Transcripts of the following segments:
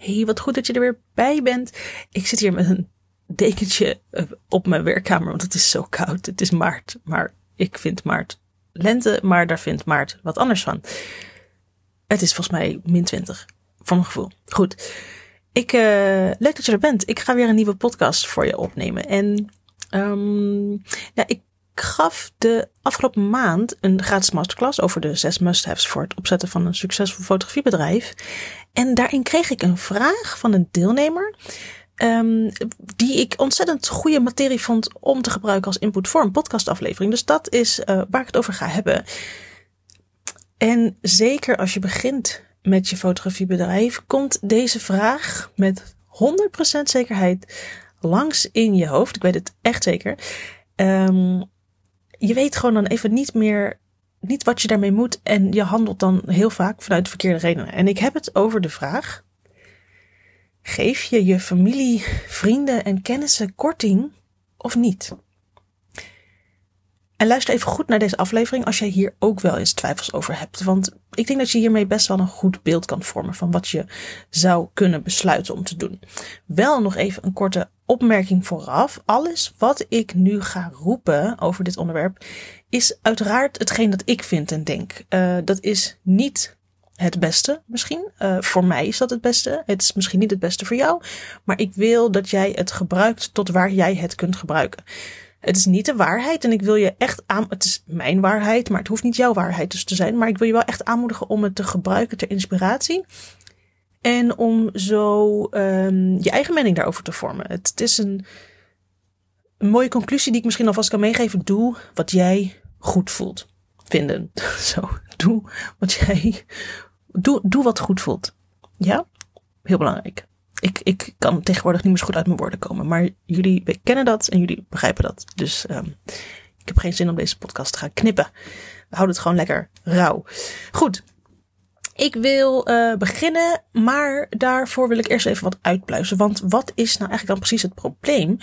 Hey, wat goed dat je er weer bij bent. Ik zit hier met een dekentje op mijn werkkamer, want het is zo koud. Het is maart, maar ik vind maart lente, maar daar vindt maart wat anders van. Het is volgens mij -20, voor mijn gevoel. Goed, leuk dat je er bent. Ik ga weer een nieuwe podcast voor je opnemen. En ik gaf de afgelopen maand een gratis masterclass over de 6 must-haves voor het opzetten van een succesvol fotografiebedrijf. En daarin kreeg ik een vraag van een deelnemer, die ik ontzettend goede materie vond om te gebruiken als input voor een podcastaflevering. Dus dat is waar ik het over ga hebben. En zeker als je begint met je fotografiebedrijf, komt deze vraag met 100% zekerheid langs in je hoofd. Ik weet het echt zeker. Je weet gewoon dan even niet wat je daarmee moet. En je handelt dan heel vaak vanuit verkeerde redenen. En ik heb het over de vraag: geef je je familie, vrienden en kennissen korting of niet? En luister even goed naar deze aflevering als jij hier ook wel eens twijfels over hebt. Want ik denk dat je hiermee best wel een goed beeld kan vormen van wat je zou kunnen besluiten om te doen. Wel nog even een korte opmerking vooraf. Alles wat ik nu ga roepen over dit onderwerp is uiteraard hetgeen dat ik vind en denk. Dat is niet het beste misschien. Voor mij is dat het beste. Het is misschien niet het beste voor jou. Maar ik wil dat jij het gebruikt tot waar jij het kunt gebruiken. Het is niet de waarheid en ik wil je echt het is mijn waarheid, maar het hoeft niet jouw waarheid dus te zijn. Maar ik wil je wel echt aanmoedigen om het te gebruiken ter inspiratie. En om zo je eigen mening daarover te vormen. Het is een mooie conclusie die ik misschien alvast kan meegeven. Doe wat jij goed voelt. Vinden. Zo, doe wat goed voelt. Ja? Heel belangrijk. Ik kan tegenwoordig niet meer zo goed uit mijn woorden komen. Maar jullie kennen dat en jullie begrijpen dat. Dus ik heb geen zin om deze podcast te gaan knippen. We houden het gewoon lekker rauw. Goed. Ik wil beginnen, maar daarvoor wil ik eerst even wat uitpluizen. Want wat is nou eigenlijk dan precies het probleem?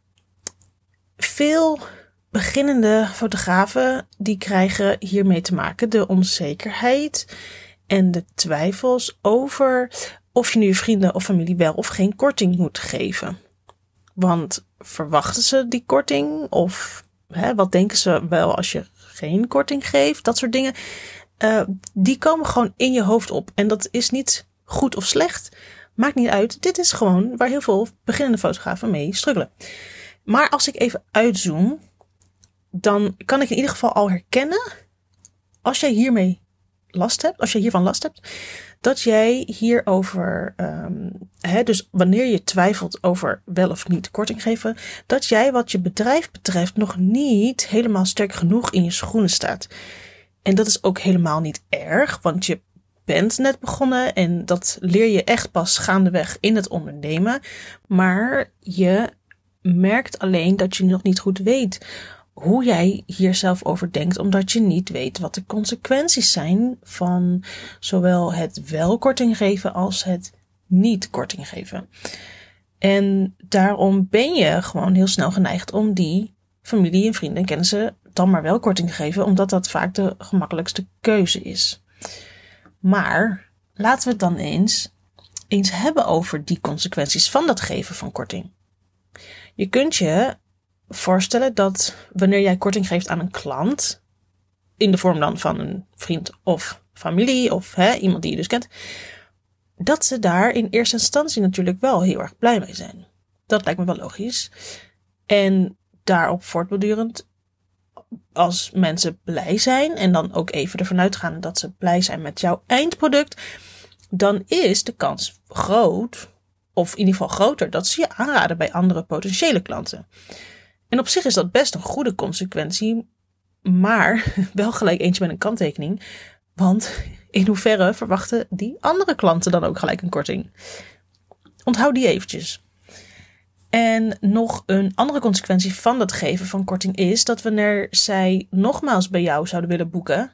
Veel beginnende fotografen die krijgen hiermee te maken. De onzekerheid en de twijfels over of je nu je vrienden of familie wel of geen korting moet geven. Want verwachten ze die korting? Of wat denken ze wel als je geen korting geeft? Dat soort dingen. Die komen gewoon in je hoofd op. En dat is niet goed of slecht. Maakt niet uit. Dit is gewoon waar heel veel beginnende fotografen mee struggelen. Maar als ik even uitzoom, dan kan ik in ieder geval al herkennen, als jij hiermee last hebt, als je hiervan last hebt, dat jij hierover, dus wanneer je twijfelt over wel of niet korting geven, dat jij wat je bedrijf betreft nog niet helemaal sterk genoeg in je schoenen staat. En dat is ook helemaal niet erg, want je bent net begonnen en dat leer je echt pas gaandeweg in het ondernemen. Maar je merkt alleen dat je nog niet goed weet hoe jij hier zelf over denkt, omdat je niet weet wat de consequenties zijn van zowel het wel korting geven als het niet korting geven. En daarom ben je gewoon heel snel geneigd om die familie en vrienden en kennissen dan maar wel korting te geven, omdat dat vaak de gemakkelijkste keuze is. Maar laten we het dan eens hebben over die consequenties van dat geven van korting. Je kunt je voorstellen dat wanneer jij korting geeft aan een klant, in de vorm dan van een vriend of familie of iemand die je dus kent, dat ze daar in eerste instantie natuurlijk wel heel erg blij mee zijn. Dat lijkt me wel logisch. En daarop voortbordurend, als mensen blij zijn en dan ook even ervan uitgaan dat ze blij zijn met jouw eindproduct, dan is de kans groot, of in ieder geval groter, dat ze je aanraden bij andere potentiële klanten. En op zich is dat best een goede consequentie, maar wel gelijk eentje met een kanttekening. Want in hoeverre verwachten die andere klanten dan ook gelijk een korting? Onthoud die eventjes. En nog een andere consequentie van dat geven van korting is dat wanneer zij nogmaals bij jou zouden willen boeken,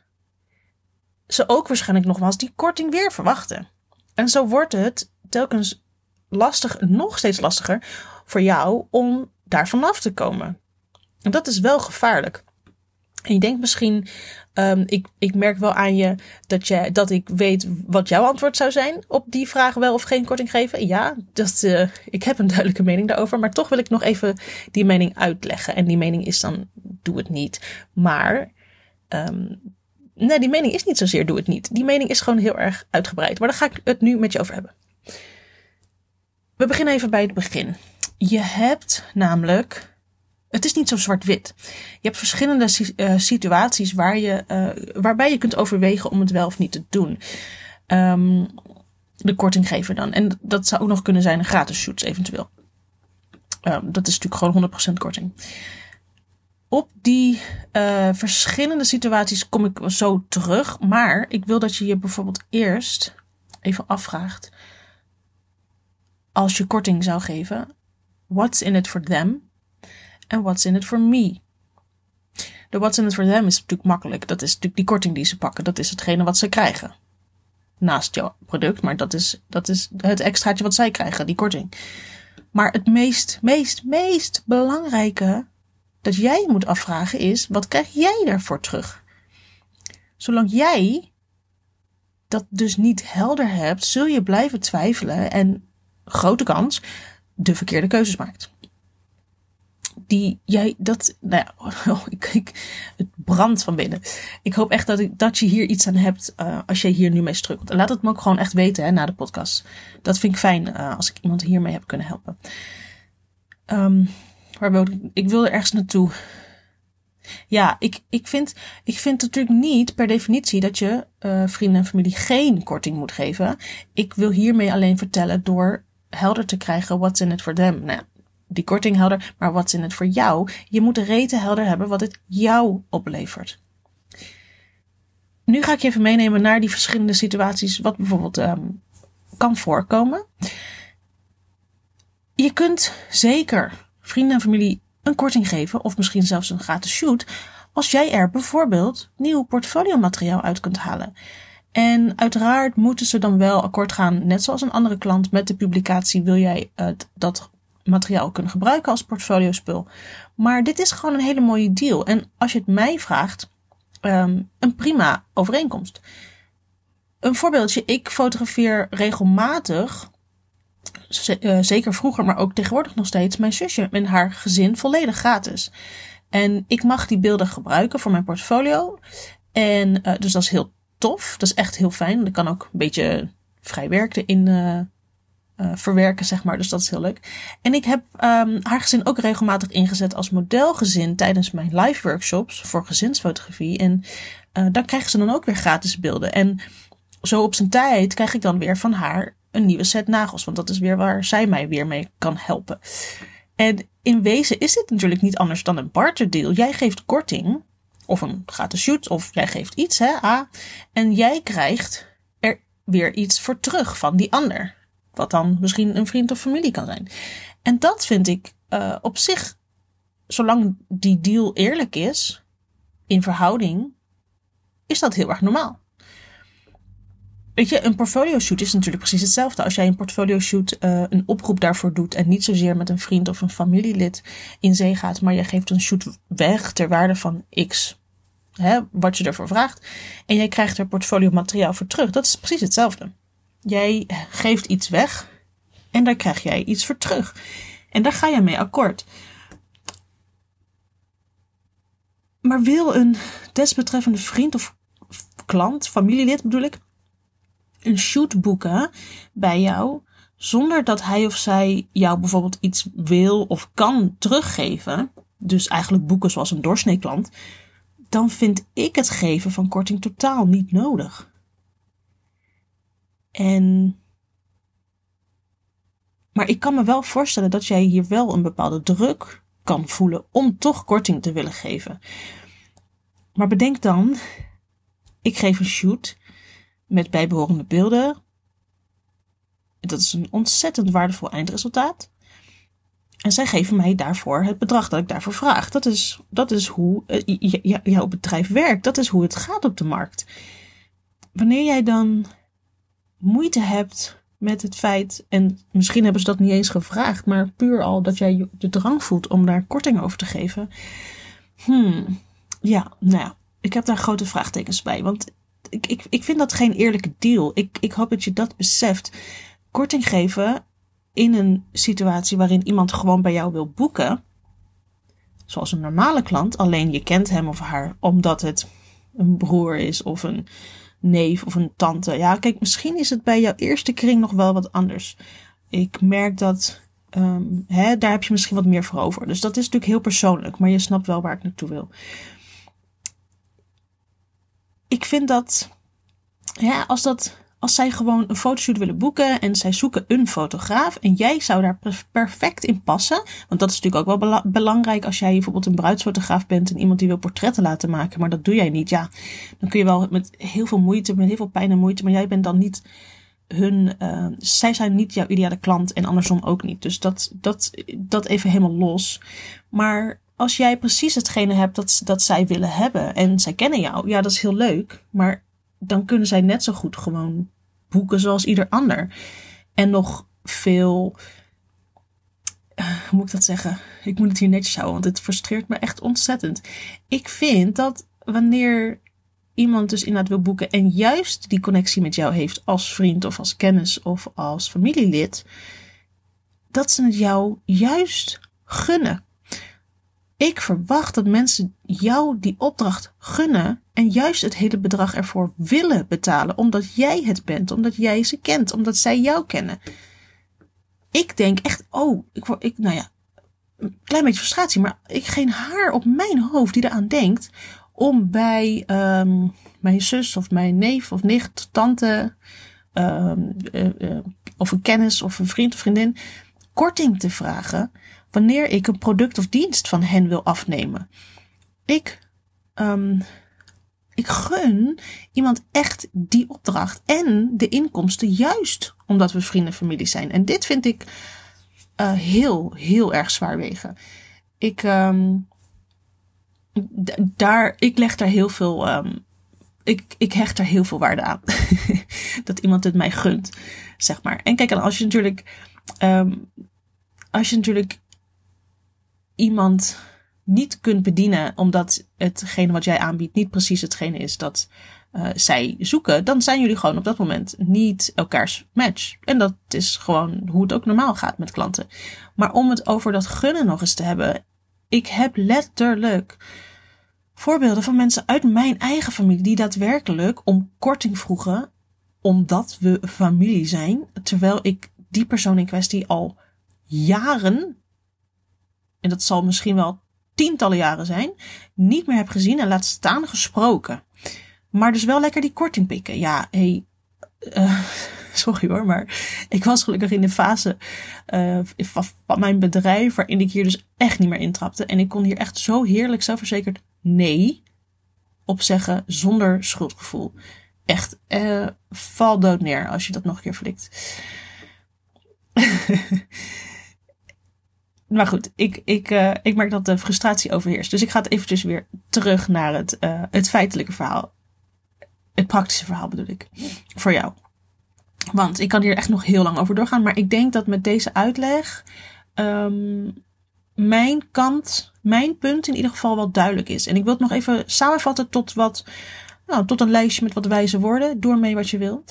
ze ook waarschijnlijk nogmaals die korting weer verwachten. En zo wordt het telkens nog steeds lastiger voor jou om daar vanaf te komen. En dat is wel gevaarlijk. En je denkt misschien, ik merk wel aan je dat ik weet wat jouw antwoord zou zijn op die vraag wel of geen korting geven. Ja, ik heb een duidelijke mening daarover, maar toch wil ik nog even die mening uitleggen. En die mening is dan, doe het niet. Maar, nee, die mening is niet zozeer doe het niet. Die mening is gewoon heel erg uitgebreid. Maar daar ga ik het nu met je over hebben. We beginnen even bij het begin. Je hebt namelijk... Het is niet zo zwart-wit. Je hebt verschillende situaties waarbij je kunt overwegen om het wel of niet te doen. De korting geven dan. En dat zou ook nog kunnen zijn een gratis shoots eventueel. Dat is natuurlijk gewoon 100% korting. Op die verschillende situaties kom ik zo terug. Maar ik wil dat je je bijvoorbeeld eerst even afvraagt. Als je korting zou geven. What's in it for them? En what's in it for me? De what's in it for them is natuurlijk makkelijk. Dat is natuurlijk die korting die ze pakken. Dat is hetgene wat ze krijgen. Naast jouw product. Maar dat is het extraatje wat zij krijgen. Die korting. Maar het meest belangrijke dat jij moet afvragen is. Wat krijg jij daarvoor terug? Zolang jij dat dus niet helder hebt. Zul je blijven twijfelen. En grote kans de verkeerde keuzes maakt. Het brandt van binnen. Ik hoop echt dat je hier iets aan hebt als je hier nu mee struggelt. En laat het me ook gewoon echt weten na de podcast. Dat vind ik fijn als ik iemand hiermee heb kunnen helpen. Ik wilde ergens naartoe. Ja, ik vind natuurlijk niet per definitie dat je vrienden en familie geen korting moet geven. Ik wil hiermee alleen vertellen door helder te krijgen what's in it for them. Nou, die korting helder, maar what's in it voor jou? Je moet de reden helder hebben wat het jou oplevert. Nu ga ik je even meenemen naar die verschillende situaties wat bijvoorbeeld kan voorkomen. Je kunt zeker vrienden en familie een korting geven of misschien zelfs een gratis shoot als jij er bijvoorbeeld nieuw portfoliomateriaal uit kunt halen. En uiteraard moeten ze dan wel akkoord gaan, net zoals een andere klant met de publicatie wil jij dat materiaal kunnen gebruiken als portfoliospul. Maar dit is gewoon een hele mooie deal. En als je het mij vraagt, een prima overeenkomst. Een voorbeeldje, ik fotografeer regelmatig, zeker vroeger, maar ook tegenwoordig nog steeds, mijn zusje en haar gezin volledig gratis. En ik mag die beelden gebruiken voor mijn portfolio. En dus dat is heel tof. Dat is echt heel fijn. Want ik kan ook een beetje vrij werk erin verwerken, zeg maar. Dus dat is heel leuk. En ik heb haar gezin ook regelmatig ingezet als modelgezin tijdens mijn live workshops voor gezinsfotografie. En dan krijgen ze dan ook weer gratis beelden. En zo op zijn tijd krijg ik dan weer van haar een nieuwe set nagels. Want dat is weer waar zij mij weer mee kan helpen. En in wezen is dit natuurlijk niet anders dan een barterdeal. Jij geeft korting, of een gratis shoot, of jij geeft iets, en jij krijgt er weer iets voor terug van die ander. Wat dan misschien een vriend of familie kan zijn. En dat vind ik op zich, zolang die deal eerlijk is, in verhouding, is dat heel erg normaal. Weet je, een portfolio shoot is natuurlijk precies hetzelfde. Als jij een portfolio shoot een oproep daarvoor doet en niet zozeer met een vriend of een familielid in zee gaat, maar je geeft een shoot weg ter waarde van X, wat je ervoor vraagt, en jij krijgt er portfolio materiaal voor terug. Dat is precies hetzelfde. Jij geeft iets weg en daar krijg jij iets voor terug. En daar ga je mee akkoord. Maar wil een desbetreffende vriend of klant, familielid bedoel ik, een shoot boeken bij jou zonder dat hij of zij jou bijvoorbeeld iets wil of kan teruggeven, dus eigenlijk boeken zoals een doorsnee klant, dan vind ik het geven van korting totaal niet nodig. Maar ik kan me wel voorstellen dat jij hier wel een bepaalde druk kan voelen om toch korting te willen geven. Maar bedenk dan, ik geef een shoot met bijbehorende beelden. Dat is een ontzettend waardevol eindresultaat. En zij geven mij daarvoor het bedrag dat ik daarvoor vraag. Dat is hoe jouw bedrijf werkt. Dat is hoe het gaat op de markt. Wanneer jij dan moeite hebt met het feit, en misschien hebben ze dat niet eens gevraagd, maar puur al dat jij de drang voelt om daar korting over te geven. Ja, nou ja, ik heb daar grote vraagtekens bij. Want ik vind dat geen eerlijke deal. Ik hoop dat je dat beseft. Korting geven in een situatie waarin iemand gewoon bij jou wil boeken, zoals een normale klant, alleen je kent hem of haar omdat het een broer is of een neef of een tante. Ja, kijk, misschien is het bij jouw eerste kring nog wel wat anders. Ik merk dat, daar heb je misschien wat meer voor over. Dus dat is natuurlijk heel persoonlijk, maar je snapt wel waar ik naartoe wil. Ik vind dat, als zij gewoon een fotoshoot willen boeken en zij zoeken een fotograaf en jij zou daar perfect in passen. Want dat is natuurlijk ook wel belangrijk als jij bijvoorbeeld een bruidsfotograaf bent en iemand die wil portretten laten maken, maar dat doe jij niet. Ja, dan kun je wel met heel veel moeite, met heel veel pijn en moeite, maar jij bent dan niet zij zijn niet jouw ideale klant en andersom ook niet. Dus dat even helemaal los. Maar als jij precies hetgene hebt dat zij willen hebben en zij kennen jou, ja, dat is heel leuk, maar dan kunnen zij net zo goed gewoon boeken zoals ieder ander. En nog veel, hoe moet ik dat zeggen? Ik moet het hier netjes houden, want het frustreert me echt ontzettend. Ik vind dat wanneer iemand dus inderdaad wil boeken en juist die connectie met jou heeft als vriend of als kennis of als familielid, dat ze het jou juist gunnen. Ik verwacht dat mensen jou die opdracht gunnen en juist het hele bedrag ervoor willen betalen, omdat jij het bent, omdat jij ze kent, omdat zij jou kennen. Ik denk echt, nou ja, een klein beetje frustratie, maar ik geen haar op mijn hoofd die eraan denkt om bij mijn zus of mijn neef of nicht, tante of een kennis of een vriend of vriendin korting te vragen wanneer ik een product of dienst van hen wil afnemen. Ik gun iemand echt die opdracht en de inkomsten juist omdat we vrienden en familie zijn. En dit vind ik heel, heel erg zwaar wegen. Ik leg daar heel veel, ik hecht daar heel veel waarde aan. Dat iemand het mij gunt, zeg maar. En kijk, als je natuurlijk iemand niet kunt bedienen omdat hetgene wat jij aanbiedt niet precies hetgene is dat zij zoeken, dan zijn jullie gewoon op dat moment niet elkaars match. En dat is gewoon hoe het ook normaal gaat met klanten. Maar om het over dat gunnen nog eens te hebben, ik heb letterlijk voorbeelden van mensen uit mijn eigen familie die daadwerkelijk om korting vroegen omdat we familie zijn, terwijl ik die persoon in kwestie al jaren, en dat zal misschien wel tientallen jaren zijn, niet meer heb gezien en laat staan gesproken. Maar dus wel lekker die korting pikken. Ja, sorry hoor, maar ik was gelukkig in de fase van mijn bedrijf waarin ik hier dus echt niet meer intrapte. En ik kon hier echt zo heerlijk zelfverzekerd nee op zeggen zonder schuldgevoel. Echt, val dood neer als je dat nog een keer flikt. Maar goed, ik merk dat de frustratie overheerst. Dus ik ga het eventjes weer terug naar het feitelijke verhaal. Het praktische verhaal bedoel ik. Voor jou. Want ik kan hier echt nog heel lang over doorgaan. Maar ik denk dat met deze uitleg mijn punt in ieder geval wel duidelijk is. En ik wil het nog even samenvatten tot een lijstje met wat wijze woorden. Doe ermee wat je wil.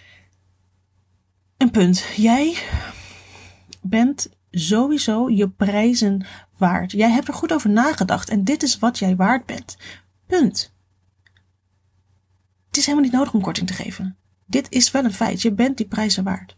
Een punt. Jij bent sowieso je prijzen waard. Jij hebt er goed over nagedacht en dit is wat jij waard bent. Punt. Het is helemaal niet nodig om korting te geven. Dit is wel een feit. Je bent die prijzen waard.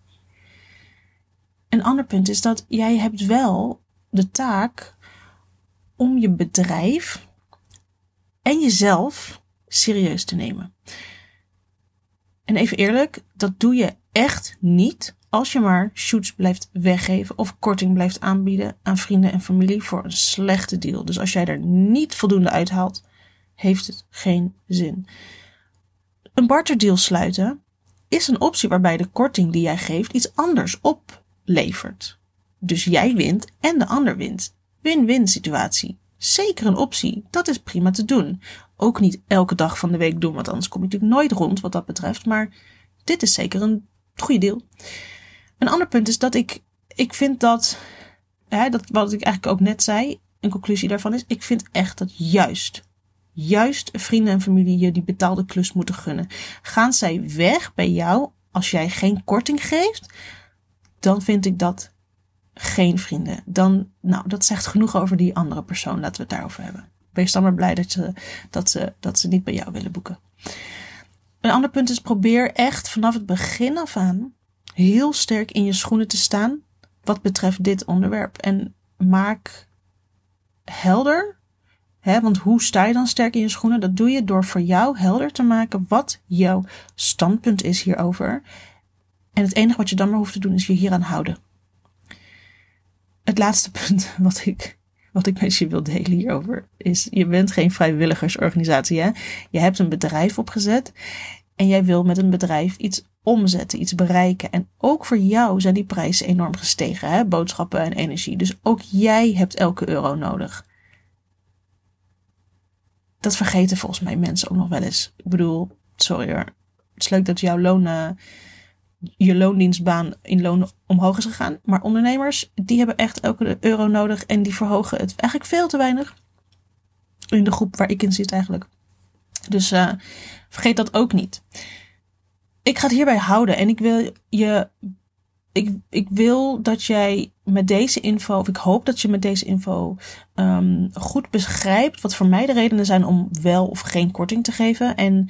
Een ander punt is dat jij hebt wel de taak om je bedrijf en jezelf serieus te nemen. En even eerlijk, dat doe je echt niet als je maar shoots blijft weggeven of korting blijft aanbieden aan vrienden en familie voor een slechte deal. Dus als jij er niet voldoende uithaalt, heeft het geen zin. Een barterdeal sluiten is een optie waarbij de korting die jij geeft iets anders oplevert. Dus jij wint en de ander wint. Win-win situatie. Zeker een optie. Dat is prima te doen. Ook niet elke dag van de week doen, want anders kom je natuurlijk nooit rond wat dat betreft. Maar dit is zeker een goede deal. Een ander punt is dat ik vind dat wat ik eigenlijk ook net zei, een conclusie daarvan is, ik vind echt dat juist juist vrienden en familie je die betaalde klus moeten gunnen. Gaan zij weg bij jou als jij geen korting geeft, dan vind ik dat geen vrienden. Dat zegt genoeg over die andere persoon. Laten we het daarover hebben. Wees dan maar blij dat ze niet bij jou willen boeken. Een ander punt is, probeer echt vanaf het begin af aan heel sterk in je schoenen te staan wat betreft dit onderwerp. En maak helder, want hoe sta je dan sterk in je schoenen? Dat doe je door voor jou helder te maken wat jouw standpunt is hierover. En het enige wat je dan maar hoeft te doen is je hieraan houden. Het laatste punt wat ik met je wil delen hierover is, je bent geen vrijwilligersorganisatie. Hè? Je hebt een bedrijf opgezet en jij wil met een bedrijf iets omzetten, iets bereiken. En ook voor jou zijn die prijzen enorm gestegen, hè? Boodschappen en energie. Dus ook jij hebt elke euro nodig. Dat vergeten volgens mij mensen ook nog wel eens. Ik bedoel, sorry hoor. Het is leuk dat je loondienstbaan in loon omhoog is gegaan. Maar ondernemers, die hebben echt elke euro nodig. En die verhogen het eigenlijk veel te weinig. In de groep waar ik in zit eigenlijk. Dus vergeet dat ook niet. Ik ga het hierbij houden. En ik wil dat jij met deze info, of ik hoop dat je met deze info goed begrijpt wat voor mij de redenen zijn om wel of geen korting te geven. En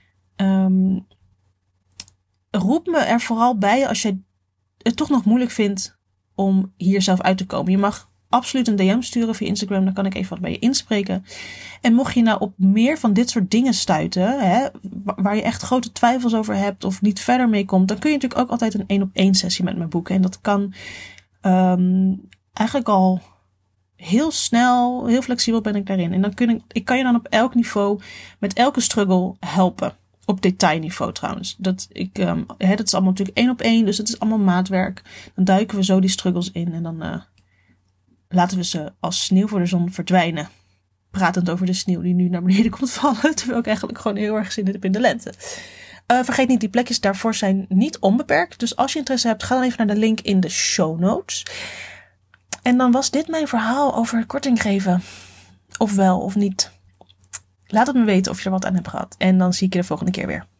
roep me er vooral bij als je het toch nog moeilijk vindt om hier zelf uit te komen. Je mag absoluut een DM sturen via Instagram, dan kan ik even wat bij je inspreken. En mocht je nou op meer van dit soort dingen stuiten, waar je echt grote twijfels over hebt of niet verder mee komt, dan kun je natuurlijk ook altijd een 1-op-1 sessie met me boeken. En dat kan eigenlijk al heel snel, heel flexibel ben ik daarin. En dan kan je dan op elk niveau met elke struggle helpen. Op detailniveau trouwens. Dat is allemaal natuurlijk 1-op-1, dus het is allemaal maatwerk. Dan duiken we zo die struggles in en dan laten we ze als sneeuw voor de zon verdwijnen. Pratend over de sneeuw die nu naar beneden komt vallen. Terwijl ik eigenlijk gewoon heel erg zin heb in de lente. Vergeet niet, die plekjes daarvoor zijn niet onbeperkt. Dus als je interesse hebt, ga dan even naar de link in de show notes. En dan was dit mijn verhaal over korting geven. Of wel of niet. Laat het me weten of je er wat aan hebt gehad. En dan zie ik je de volgende keer weer.